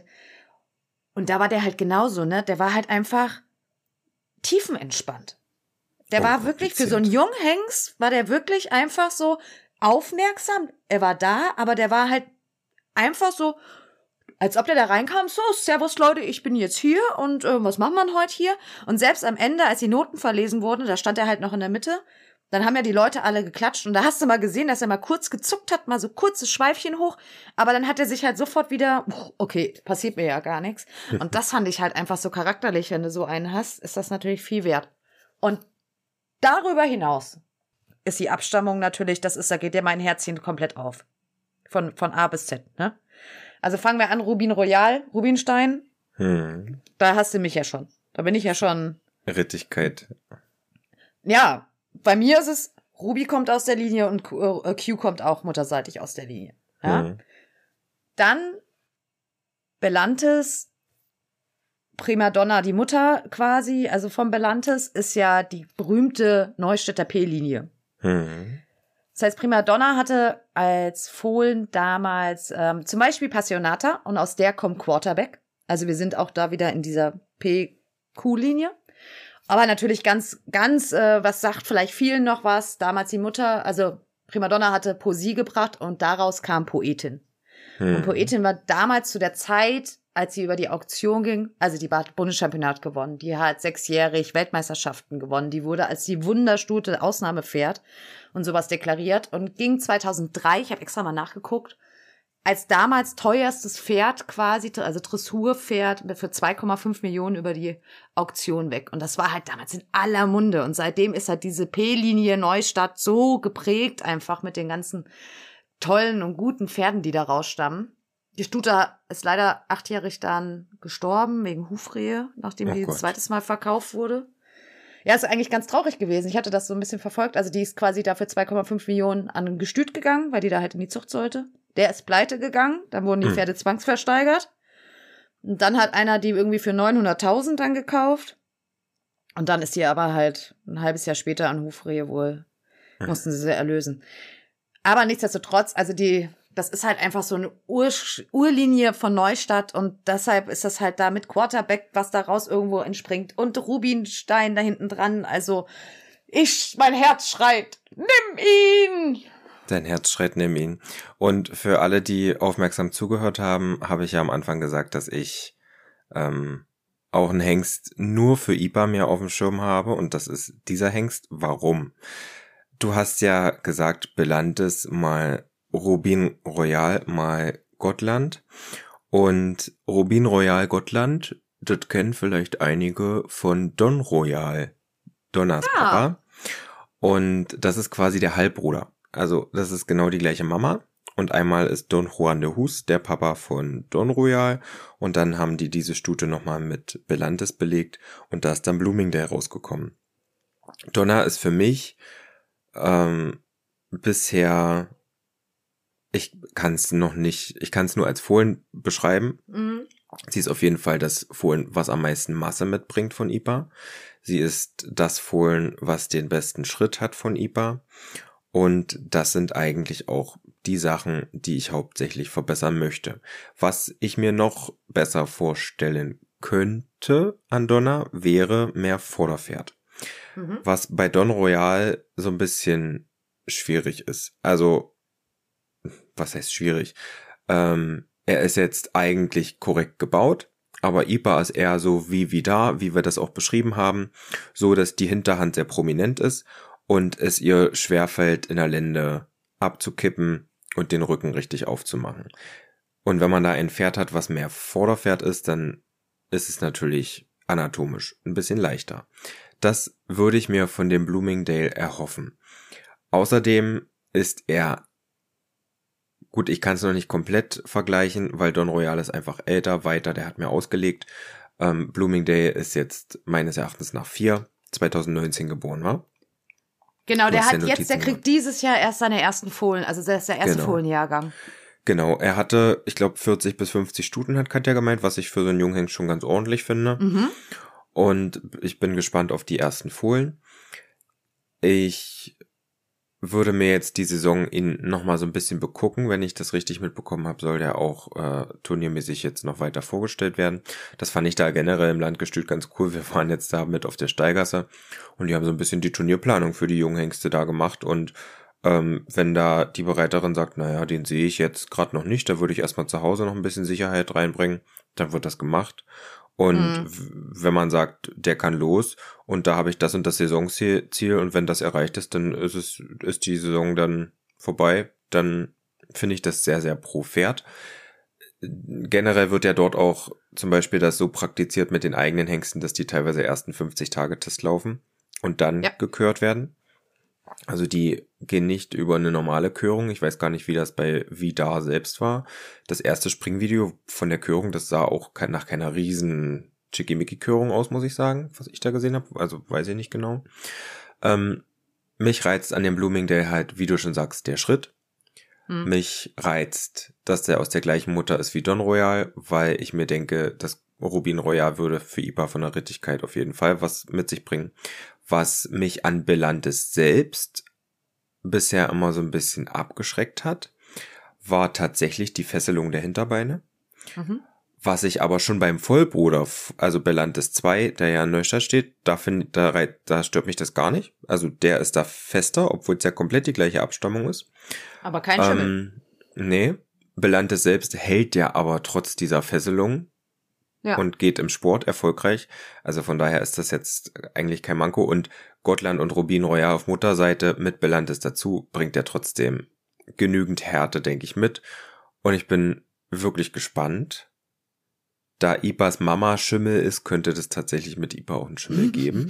Und da war der halt genauso, ne? Der war halt einfach tiefenentspannt. Der oh, war wirklich, für so einen jungen Hengst, war der wirklich einfach so aufmerksam. Er war da, aber der war halt einfach so, als ob der da reinkam, so, servus Leute, ich bin jetzt hier und äh, was macht man heute hier? Und selbst am Ende, als die Noten verlesen wurden, da stand er halt noch in der Mitte, dann haben ja die Leute alle geklatscht und da hast du mal gesehen, dass er mal kurz gezuckt hat, mal so kurzes Schweifchen hoch, aber dann hat er sich halt sofort wieder, okay, passiert mir ja gar nichts. Und das fand ich halt einfach so charakterlich, wenn du so einen hast, ist das natürlich viel wert. Und darüber hinaus ist die Abstammung natürlich, das ist, da geht dir mein Herzchen komplett auf. Von, von A bis Z, ne? Also fangen wir an, Rubin Royal, Rubinstein. Hm. Da hast du mich ja schon. Da bin ich ja schon. Rittigkeit. Ja, bei mir ist es, Ruby kommt aus der Linie und Q, äh, Q kommt auch mutterseitig aus der Linie. Ja? Hm. Dann Belantes, Primadonna, die Mutter quasi, also von Belantes ist ja die berühmte Neustädter P-Linie. Hm. Das heißt, Primadonna hatte als Fohlen damals ähm, zum Beispiel Passionata und aus der kommt Quarterback. Also wir sind auch da wieder in dieser P-Q-Linie. Aber natürlich ganz, ganz, äh, was sagt vielleicht vielen noch was, damals die Mutter, also Primadonna hatte Poesie gebracht und daraus kam Poetin. Hm. Und Poetin war damals zu der Zeit, als sie über die Auktion ging, also die hat Bundeschampionat gewonnen, die hat sechsjährig Weltmeisterschaften gewonnen, die wurde als die Wunderstute Ausnahmepferd und sowas deklariert und ging zweitausenddrei, ich habe extra mal nachgeguckt, als damals teuerstes Pferd quasi, also Dressurpferd für zwei Komma fünf Millionen über die Auktion weg. Und das war halt damals in aller Munde. Und seitdem ist halt diese P-Linie Neustadt so geprägt einfach mit den ganzen tollen und guten Pferden, die da rausstammen. Die Stute ist leider achtjährig dann gestorben wegen Hufrehe, nachdem oh die Gott. zweites Mal verkauft wurde. Ja, ist eigentlich ganz traurig gewesen. Ich hatte das so ein bisschen verfolgt. Also die ist quasi dafür zwei Komma fünf Millionen an ein Gestüt gegangen, weil die da halt in die Zucht sollte. Der ist pleite gegangen. Dann wurden die Pferde hm. zwangsversteigert. Und dann hat einer die irgendwie für neunhunderttausend dann gekauft. Und dann ist die aber halt ein halbes Jahr später an Hufrehe wohl, hm. mussten sie sie erlösen. Aber nichtsdestotrotz, also die das ist halt einfach so eine Ur Urlinie von Neustadt und deshalb ist das halt da mit Quarterback, was daraus irgendwo entspringt und Rubinstein da hinten dran. Also ich, mein Herz schreit, nimm ihn! Dein Herz schreit, nimm ihn. Und für alle, die aufmerksam zugehört haben, habe ich ja am Anfang gesagt, dass ich ähm, auch einen Hengst nur für Ipa mir auf dem Schirm habe und das ist dieser Hengst. Warum? Du hast ja gesagt, Belantes mal Rubin Royal mal Gottland und Rubin Royal Gottland, das kennen vielleicht einige von Don Royal, Donnas Ah. Papa und das ist quasi der Halbbruder. Also das ist genau die gleiche Mama und einmal ist Don Juan de Hus der Papa von Don Royal und dann haben die diese Stute nochmal mit Belantes belegt und da ist dann Bloomingdale rausgekommen. Donna ist für mich ähm, bisher, ich kann es noch nicht, ich kann es nur als Fohlen beschreiben. Mhm. Sie ist auf jeden Fall das Fohlen, was am meisten Masse mitbringt von Ipa. Sie ist das Fohlen, was den besten Schritt hat von Ipa. Und das sind eigentlich auch die Sachen, die ich hauptsächlich verbessern möchte. Was ich mir noch besser vorstellen könnte an Donna, wäre mehr Vorderpferd. Mhm. Was bei Don Royal so ein bisschen schwierig ist. Also, was heißt schwierig? Ähm, er ist jetzt eigentlich korrekt gebaut, aber Ipa ist eher so wie Vidar, wie wir das auch beschrieben haben, so dass die Hinterhand sehr prominent ist und es ihr schwerfällt, in der Lende abzukippen und den Rücken richtig aufzumachen. Und wenn man da ein Pferd hat, was mehr Vorderpferd ist, dann ist es natürlich anatomisch ein bisschen leichter. Das würde ich mir von dem Bloomingdale erhoffen. Außerdem ist er, gut, ich kann es noch nicht komplett vergleichen, weil Don Royal ist einfach älter, weiter, der hat mir ausgelegt. Ähm, Bloomingdale ist jetzt meines Erachtens nach vier, zwanzig neunzehn geboren, war? Genau, Du der hast hat ja jetzt, der Notizen kriegt dieses Jahr erst seine ersten Fohlen, also das ist der erste Genau. Fohlenjahrgang. Genau, er hatte, ich glaube, vierzig bis fünfzig Stuten hat Katja gemeint, was ich für so einen Junghengst schon ganz ordentlich finde. Mhm. Und ich bin gespannt auf die ersten Fohlen. Ich würde mir jetzt die Saison ihn nochmal so ein bisschen begucken. Wenn ich das richtig mitbekommen habe, soll der auch äh, turniermäßig jetzt noch weiter vorgestellt werden. Das fand ich da generell im Landgestüt ganz cool. Wir waren jetzt da mit auf der Steigasse und die haben so ein bisschen die Turnierplanung für die Junghengste da gemacht. Und ähm, wenn da die Bereiterin sagt, naja, den sehe ich jetzt gerade noch nicht, da würde ich erstmal zu Hause noch ein bisschen Sicherheit reinbringen, dann wird das gemacht. Und Mhm. w- wenn man sagt, der kann los und da habe ich das und das Saisonziel Ziel, und wenn das erreicht ist, dann ist es ist die Saison dann vorbei, dann finde ich das sehr, sehr pro Pferd. Generell wird ja dort auch zum Beispiel das so praktiziert mit den eigenen Hengsten, dass die teilweise ersten fünfzig Tage Test laufen und dann Ja. gekürt werden. Also die gehen nicht über eine normale Körung. Ich weiß gar nicht, wie das bei Vidar selbst war. Das erste Springvideo von der Körung, das sah auch ke- nach keiner riesen Schickimicki-Körung aus, muss ich sagen, was ich da gesehen habe. Also weiß ich nicht genau. Ähm, mich reizt an dem Bloomingdale halt, wie du schon sagst, der Schritt. Mhm. Mich reizt, dass der aus der gleichen Mutter ist wie Don Royal, weil ich mir denke, dass Rubin Royal würde für Ipa von der Rittigkeit auf jeden Fall was mit sich bringen. Was mich an Belantes selbst bisher immer so ein bisschen abgeschreckt hat, war tatsächlich die Fesselung der Hinterbeine. Mhm. Was ich aber schon beim Vollbruder, f- also Belantes zwei, der ja in Neustadt steht, da, find, da, rei- da stört mich das gar nicht. Also der ist da fester, obwohl es ja komplett die gleiche Abstammung ist. Aber kein Schimmel. Ähm, nee, Belantes selbst hält ja aber trotz dieser Fesselung Ja. und geht im Sport erfolgreich. Also von daher ist das jetzt eigentlich kein Manko. Und Gottland und Rubin Royal auf Mutterseite mit Belantes dazu bringt er trotzdem genügend Härte, denke ich, mit. Und ich bin wirklich gespannt. Da Ipas Mama Schimmel ist, könnte das tatsächlich mit Ipa auch einen Schimmel geben.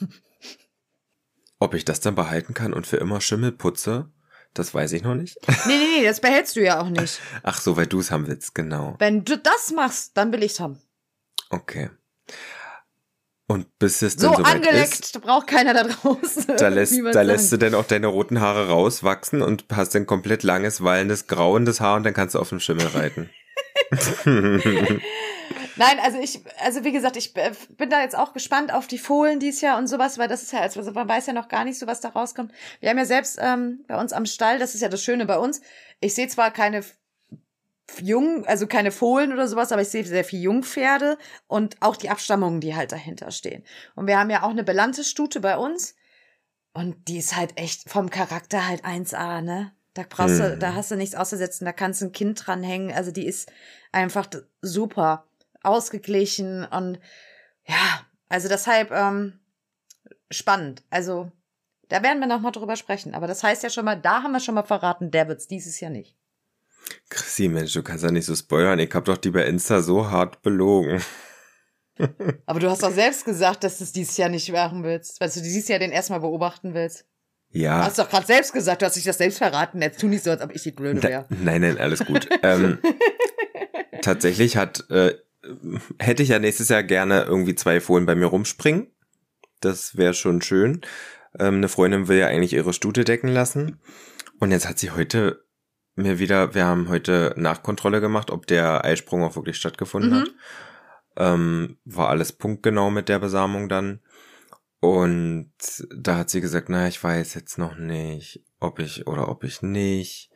Ob ich das dann behalten kann und für immer Schimmel putze, das weiß ich noch nicht. Nee, nee, nee, das behältst du ja auch nicht. Ach so, weil du es haben willst, genau. Wenn du das machst, dann will ich's haben. Okay. Und bis es So dann soweit angeleckt, ist, da braucht keiner da draußen. da lässt, wie man da sagt. lässt du dann auch deine roten Haare rauswachsen und hast ein komplett langes, wallendes, grauendes Haar und dann kannst du auf dem Schimmel reiten. Nein, also ich, also wie gesagt, ich bin da jetzt auch gespannt auf die Fohlen dies Jahr und sowas, weil das ist ja, also man weiß ja noch gar nicht so, was da rauskommt. Wir haben ja selbst ähm, bei uns am Stall, das ist ja das Schöne bei uns, ich sehe zwar keine Jung, also keine Fohlen oder sowas, aber ich sehe sehr viel Jungpferde und auch die Abstammungen, die halt dahinter stehen. Und wir haben ja auch eine Belante Stute bei uns und die ist halt echt vom Charakter halt eins A, ne? Da brauchst du, hm. da hast du nichts auszusetzen, da kannst du ein Kind dranhängen. Also die ist einfach super ausgeglichen und ja, also deshalb ähm, spannend. Also da werden wir noch mal drüber sprechen. Aber das heißt ja schon mal, da haben wir schon mal verraten, der wird's dieses Jahr nicht. Chrissy, Mensch, du kannst ja nicht so spoilern. Ich hab doch die bei Insta so hart belogen. Aber du hast doch selbst gesagt, dass du es dieses Jahr nicht machen willst, weil du dieses Jahr den erstmal beobachten willst. Ja. Du hast doch gerade selbst gesagt, du hast dich das selbst verraten. Jetzt tu nicht so, als ob ich die Blöde wäre. Nein, nein, alles gut. ähm, tatsächlich hat, äh, hätte ich ja nächstes Jahr gerne irgendwie zwei Fohlen bei mir rumspringen. Das wäre schon schön. Ähm, eine Freundin will ja eigentlich ihre Stute decken lassen. Und jetzt hat sie heute mir wieder, wir haben heute Nachkontrolle gemacht, ob der Eisprung auch wirklich stattgefunden mhm. hat. Ähm, war alles punktgenau mit der Besamung dann. Und da hat sie gesagt, na, ich weiß jetzt noch nicht, ob ich oder ob ich nicht.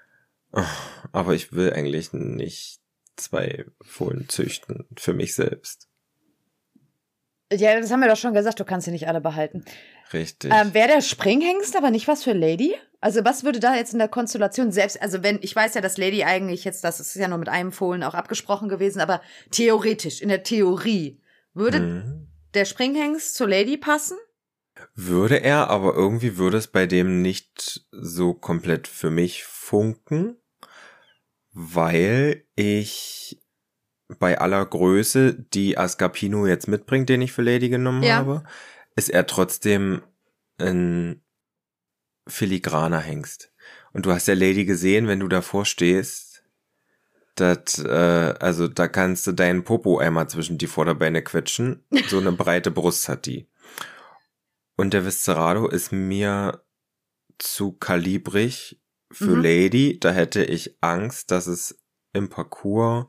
Aber ich will eigentlich nicht zwei Fohlen züchten für mich selbst. Ja, das haben wir doch schon gesagt, du kannst sie nicht alle behalten. Richtig. Ähm, Wäre der Springhengst aber nicht was für Lady? Also was würde da jetzt in der Konstellation selbst, also wenn, ich weiß ja, dass Lady eigentlich jetzt, das ist ja nur mit einem Fohlen auch abgesprochen gewesen, aber theoretisch, in der Theorie, würde mhm. der Springhengst zur Lady passen? Würde er, aber irgendwie würde es bei dem nicht so komplett für mich funken, weil ich bei aller Größe, die Ascapino jetzt mitbringt, den ich für Lady genommen ja. habe, ist er trotzdem ein filigraner Hengst. Und du hast ja Lady gesehen, wenn du davor stehst, dat, äh, also da kannst du deinen Popo einmal zwischen die Vorderbeine quetschen. So eine breite Brust hat die. Und der Viscerado ist mir zu kalibrig für mhm. Lady. Da hätte ich Angst, dass es im Parcours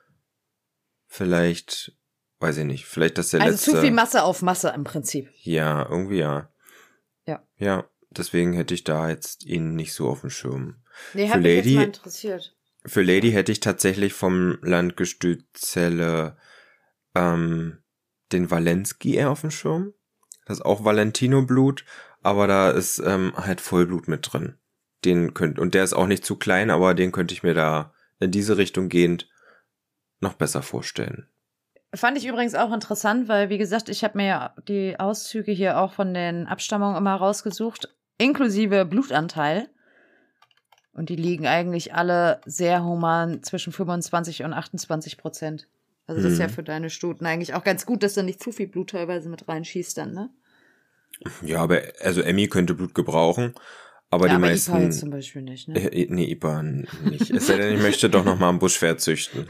vielleicht, weiß ich nicht, vielleicht dass der also letzte... Also zu viel Masse auf Masse im Prinzip. Ja, irgendwie ja. Ja. Ja, deswegen hätte ich da jetzt ihn nicht so auf dem Schirm. Nee, hat mich Lady, jetzt mal interessiert. Für Lady hätte ich tatsächlich vom Landgestüt Celle ähm, den Walensky eher auf dem Schirm. Das ist auch Valentino-Blut, aber da ist ähm, halt Vollblut mit drin. Den könnt und der ist auch nicht zu klein, aber den könnte ich mir da in diese Richtung gehend noch besser vorstellen. Fand ich übrigens auch interessant, weil, wie gesagt, ich habe mir ja die Auszüge hier auch von den Abstammungen immer rausgesucht, inklusive Blutanteil. Und die liegen eigentlich alle sehr human zwischen fünfundzwanzig und achtundzwanzig Prozent. Also das hm. ist ja für deine Stuten eigentlich auch ganz gut, dass da nicht zu viel Blut teilweise mit reinschießt dann, ne? Ja, aber also Emmy könnte Blut gebrauchen, aber ja, die aber meisten... Ipa jetzt zum Beispiel nicht, ne? Äh, nee, Ipa nicht. Es sei denn, ich möchte doch noch mal ein Buschpferd züchten.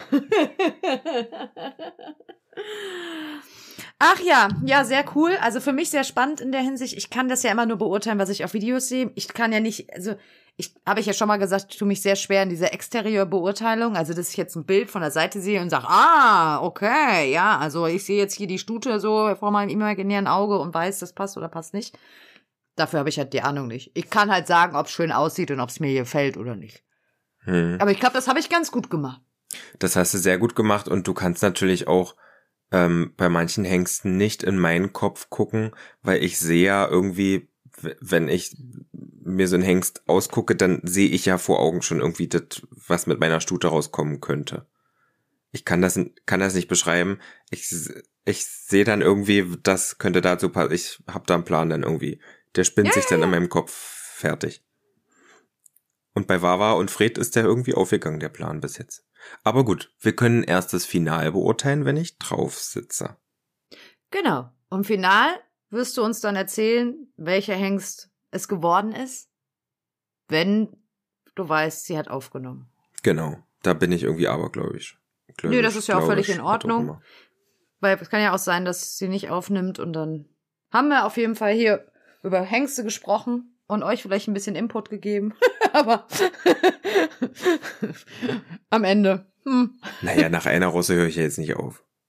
Ach ja, ja, sehr cool. Also für mich sehr spannend in der Hinsicht. Ich kann das ja immer nur beurteilen, was ich auf Videos sehe. Ich kann ja nicht, also ich habe ich ja schon mal gesagt, ich tue mich sehr schwer in dieser Exterieurbeurteilung. Also dass ich jetzt ein Bild von der Seite sehe und sage, ah, okay, ja, also ich sehe jetzt hier die Stute so vor meinem imaginären Auge und weiß, das passt oder passt nicht. Dafür habe ich halt die Ahnung nicht. Ich kann halt sagen, ob es schön aussieht und ob es mir gefällt oder nicht. Hm. Aber ich glaube, das habe ich ganz gut gemacht. Das hast du sehr gut gemacht und du kannst natürlich auch ähm, bei manchen Hengsten nicht in meinen Kopf gucken, weil ich sehe ja irgendwie, wenn ich mir so einen Hengst ausgucke, dann sehe ich ja vor Augen schon irgendwie das, was mit meiner Stute rauskommen könnte. Ich kann das, kann das nicht beschreiben. Ich, ich sehe dann irgendwie, das könnte dazu passen. Ich habe da einen Plan dann irgendwie. Der spinnt ja, sich dann ja. in meinem Kopf fertig. Und bei Wawa und Fred ist der irgendwie aufgegangen, der Plan bis jetzt. Aber gut, wir können erst das Final beurteilen, wenn ich drauf sitze. Genau. Und final wirst du uns dann erzählen, welcher Hengst es geworden ist, wenn du weißt, sie hat aufgenommen. Genau. Da bin ich irgendwie abergläubisch. Nö, das ist ja auch völlig in Ordnung. Weil es kann ja auch sein, dass sie nicht aufnimmt und dann haben wir auf jeden Fall hier über Hengste gesprochen und euch vielleicht ein bisschen Input gegeben. Aber am Ende. Hm. Naja, nach einer Rosse höre ich ja jetzt nicht auf.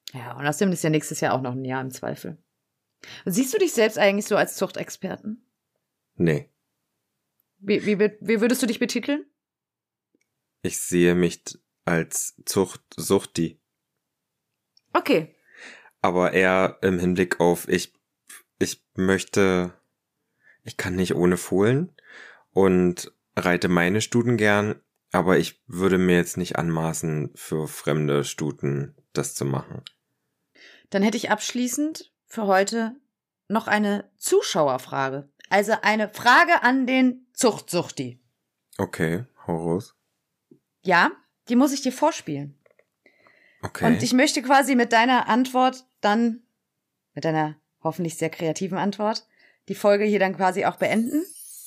Ja, und außerdem ist ja nächstes Jahr auch noch ein Jahr im Zweifel. Und siehst du dich selbst eigentlich so als Zuchtexperten? Nee. Wie, wie, wie würdest du dich betiteln? Ich sehe mich als Zucht-Suchti. Okay. Aber eher im Hinblick auf, ich, ich möchte, ich kann nicht ohne Fohlen und reite meine Stuten gern, aber ich würde mir jetzt nicht anmaßen, für fremde Stuten das zu machen. Dann hätte ich abschließend für heute noch eine Zuschauerfrage. Also eine Frage an den Zuchtsuchti. Okay, hau raus. Ja, die muss ich dir vorspielen. Okay. Und ich möchte quasi mit deiner Antwort dann, mit deiner hoffentlich sehr kreativen Antwort, die Folge hier dann quasi auch beenden.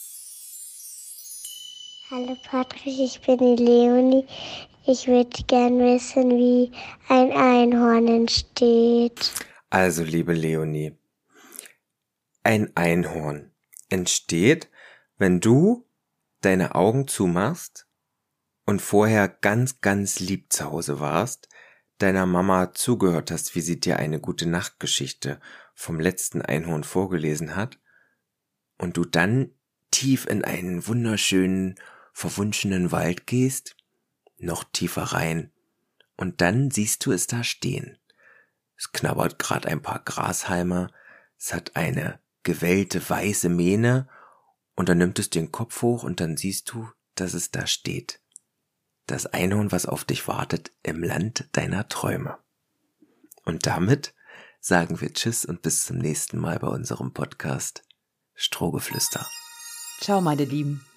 Hallo Patrick, ich bin die Leonie. Ich würde gern wissen, wie ein Einhorn entsteht. Also, liebe Leonie, ein Einhorn entsteht, wenn du deine Augen zumachst und vorher ganz, ganz lieb zu Hause warst, deiner Mama zugehört hast, wie sie dir eine gute Nachtgeschichte vom letzten Einhorn vorgelesen hat und du dann tief in einen wunderschönen, verwunschenen Wald gehst, noch tiefer rein und dann siehst du es da stehen. Es knabbert gerade ein paar Grashalme, es hat eine gewellte weiße Mähne und dann nimmt es den Kopf hoch und dann siehst du, dass es da steht. Das Einhorn, was auf dich wartet im Land deiner Träume. Und damit sagen wir Tschüss und bis zum nächsten Mal bei unserem Podcast Strohgeflüster. Ciao, meine Lieben.